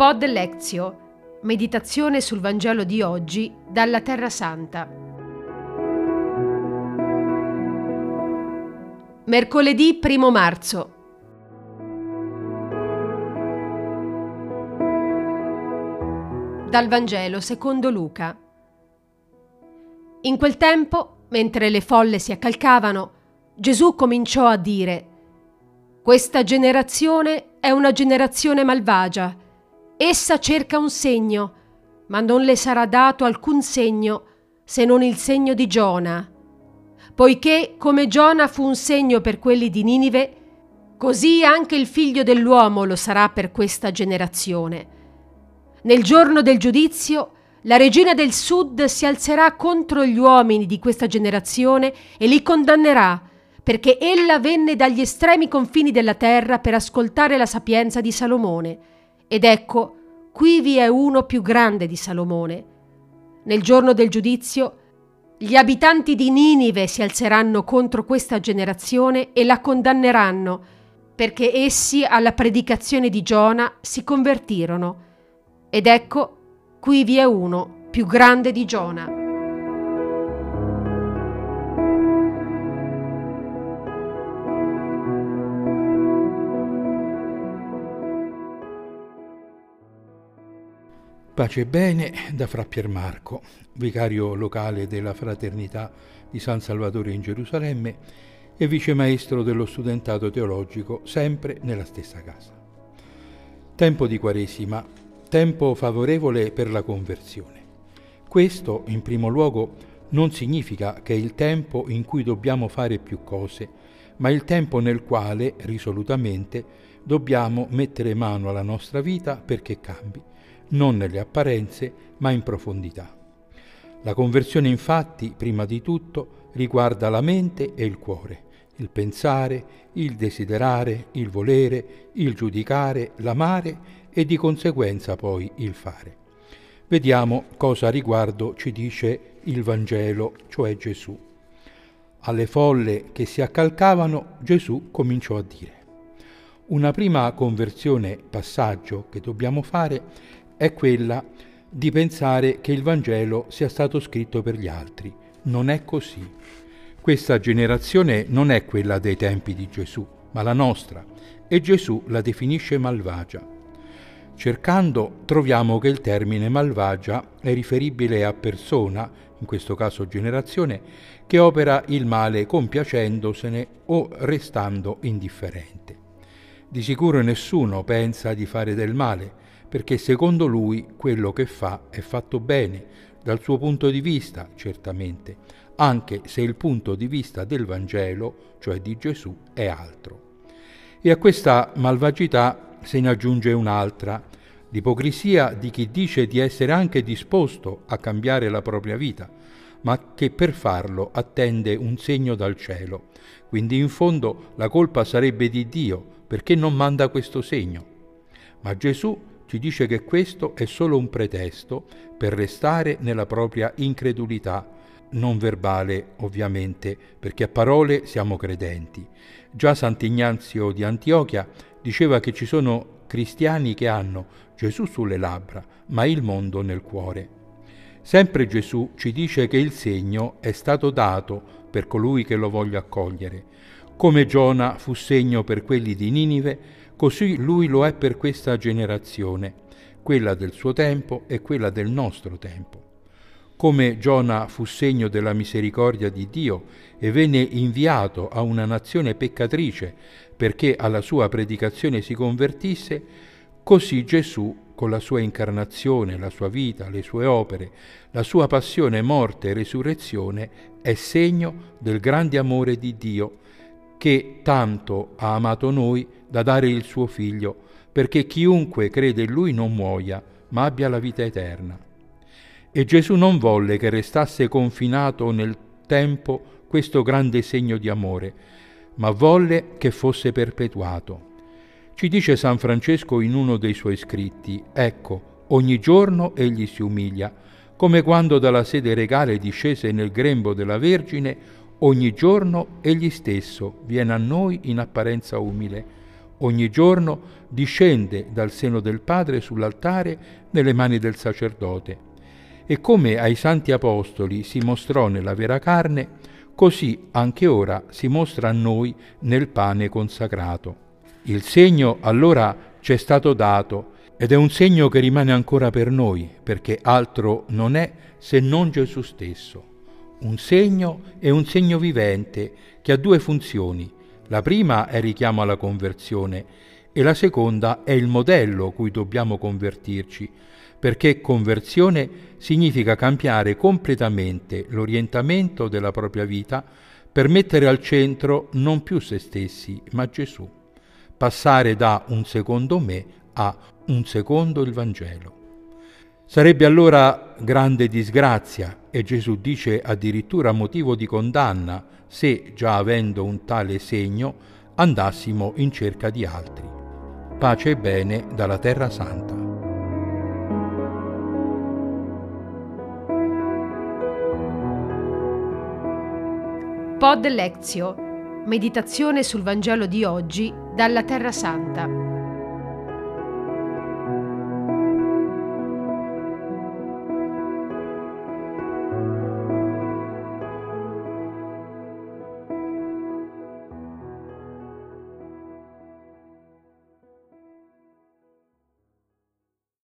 Pod Lectio, meditazione sul Vangelo di oggi dalla Terra Santa. Mercoledì 1 marzo. Dal Vangelo secondo Luca. In quel tempo, mentre le folle si accalcavano, Gesù cominciò a dire: «Questa generazione è una generazione malvagia. Essa cerca un segno, ma non le sarà dato alcun segno se non il segno di Giona. Poiché come Giona fu un segno per quelli di Ninive, così anche il Figlio dell'uomo lo sarà per questa generazione. Nel giorno del giudizio, la regina del sud si alzerà contro gli uomini di questa generazione e li condannerà, perché ella venne dagli estremi confini della terra per ascoltare la sapienza di Salomone. Ed ecco, qui vi è uno più grande di Salomone. Nel giorno del giudizio, gli abitanti di Ninive si alzeranno contro questa generazione e la condanneranno, perché essi alla predicazione di Giona si convertirono. Ed ecco, qui vi è uno più grande di Giona». Pace e bene da Fra Piermarco, vicario locale della Fraternità di San Salvatore in Gerusalemme e vicemaestro dello studentato teologico, sempre nella stessa casa. Tempo di Quaresima, tempo favorevole per la conversione. Questo, in primo luogo, non significa che è il tempo in cui dobbiamo fare più cose, ma il tempo nel quale, risolutamente, dobbiamo mettere mano alla nostra vita perché cambi, non nelle apparenze, ma in profondità. La conversione, infatti, prima di tutto, riguarda la mente e il cuore, il pensare, il desiderare, il volere, il giudicare, l'amare e di conseguenza poi il fare. Vediamo cosa a riguardo ci dice il Vangelo, cioè Gesù. Alle folle che si accalcavano, Gesù cominciò a dire: una prima conversione, passaggio che dobbiamo fare, è quella di pensare che il Vangelo sia stato scritto per gli altri. Non è così. Questa generazione non è quella dei tempi di Gesù, ma la nostra, e Gesù la definisce malvagia. Cercando troviamo che il termine malvagia è riferibile a persona, in questo caso generazione, che opera il male compiacendosene o restando indifferente. Di sicuro nessuno pensa di fare del male, perché secondo lui quello che fa è fatto bene, dal suo punto di vista, certamente, anche se il punto di vista del Vangelo, cioè di Gesù, è altro. E a questa malvagità se ne aggiunge un'altra, l'ipocrisia di chi dice di essere anche disposto a cambiare la propria vita, ma che per farlo attende un segno dal cielo. Quindi in fondo la colpa sarebbe di Dio, perché non manda questo segno. Ma Gesù ci dice che questo è solo un pretesto per restare nella propria incredulità, non verbale ovviamente, perché a parole siamo credenti. Già Sant'Ignazio di Antiochia diceva che ci sono cristiani che hanno Gesù sulle labbra, ma il mondo nel cuore. Sempre Gesù ci dice che il segno è stato dato per colui che lo voglia accogliere. Come Giona fu segno per quelli di Ninive, così lui lo è per questa generazione, quella del suo tempo e quella del nostro tempo. Come Giona fu segno della misericordia di Dio e venne inviato a una nazione peccatrice perché alla sua predicazione si convertisse, così Gesù, con la sua incarnazione, la sua vita, le sue opere, la sua passione, morte e resurrezione, è segno del grande amore di Dio, che tanto ha amato noi da dare il suo Figlio, perché chiunque crede in Lui non muoia, ma abbia la vita eterna. E Gesù non volle che restasse confinato nel tempo questo grande segno di amore, ma volle che fosse perpetuato. Ci dice San Francesco in uno dei suoi scritti: ecco, ogni giorno egli si umilia, come quando dalla sede regale discese nel grembo della Vergine, ogni giorno egli stesso viene a noi in apparenza umile, ogni giorno discende dal seno del Padre sull'altare nelle mani del sacerdote. E come ai santi apostoli si mostrò nella vera carne, così anche ora si mostra a noi nel pane consacrato. Il segno allora ci è stato dato ed è un segno che rimane ancora per noi, perché altro non è se non Gesù stesso. Un segno è un segno vivente che ha due funzioni. La prima è il richiamo alla conversione e la seconda è il modello cui dobbiamo convertirci, perché conversione significa cambiare completamente l'orientamento della propria vita per mettere al centro non più se stessi, ma Gesù. Passare da un secondo me a un secondo il Vangelo. Sarebbe allora grande disgrazia, e Gesù dice addirittura motivo di condanna, se, già avendo un tale segno, andassimo in cerca di altri. Pace e bene dalla Terra Santa. Pod Lectio. Meditazione sul Vangelo di oggi dalla Terra Santa.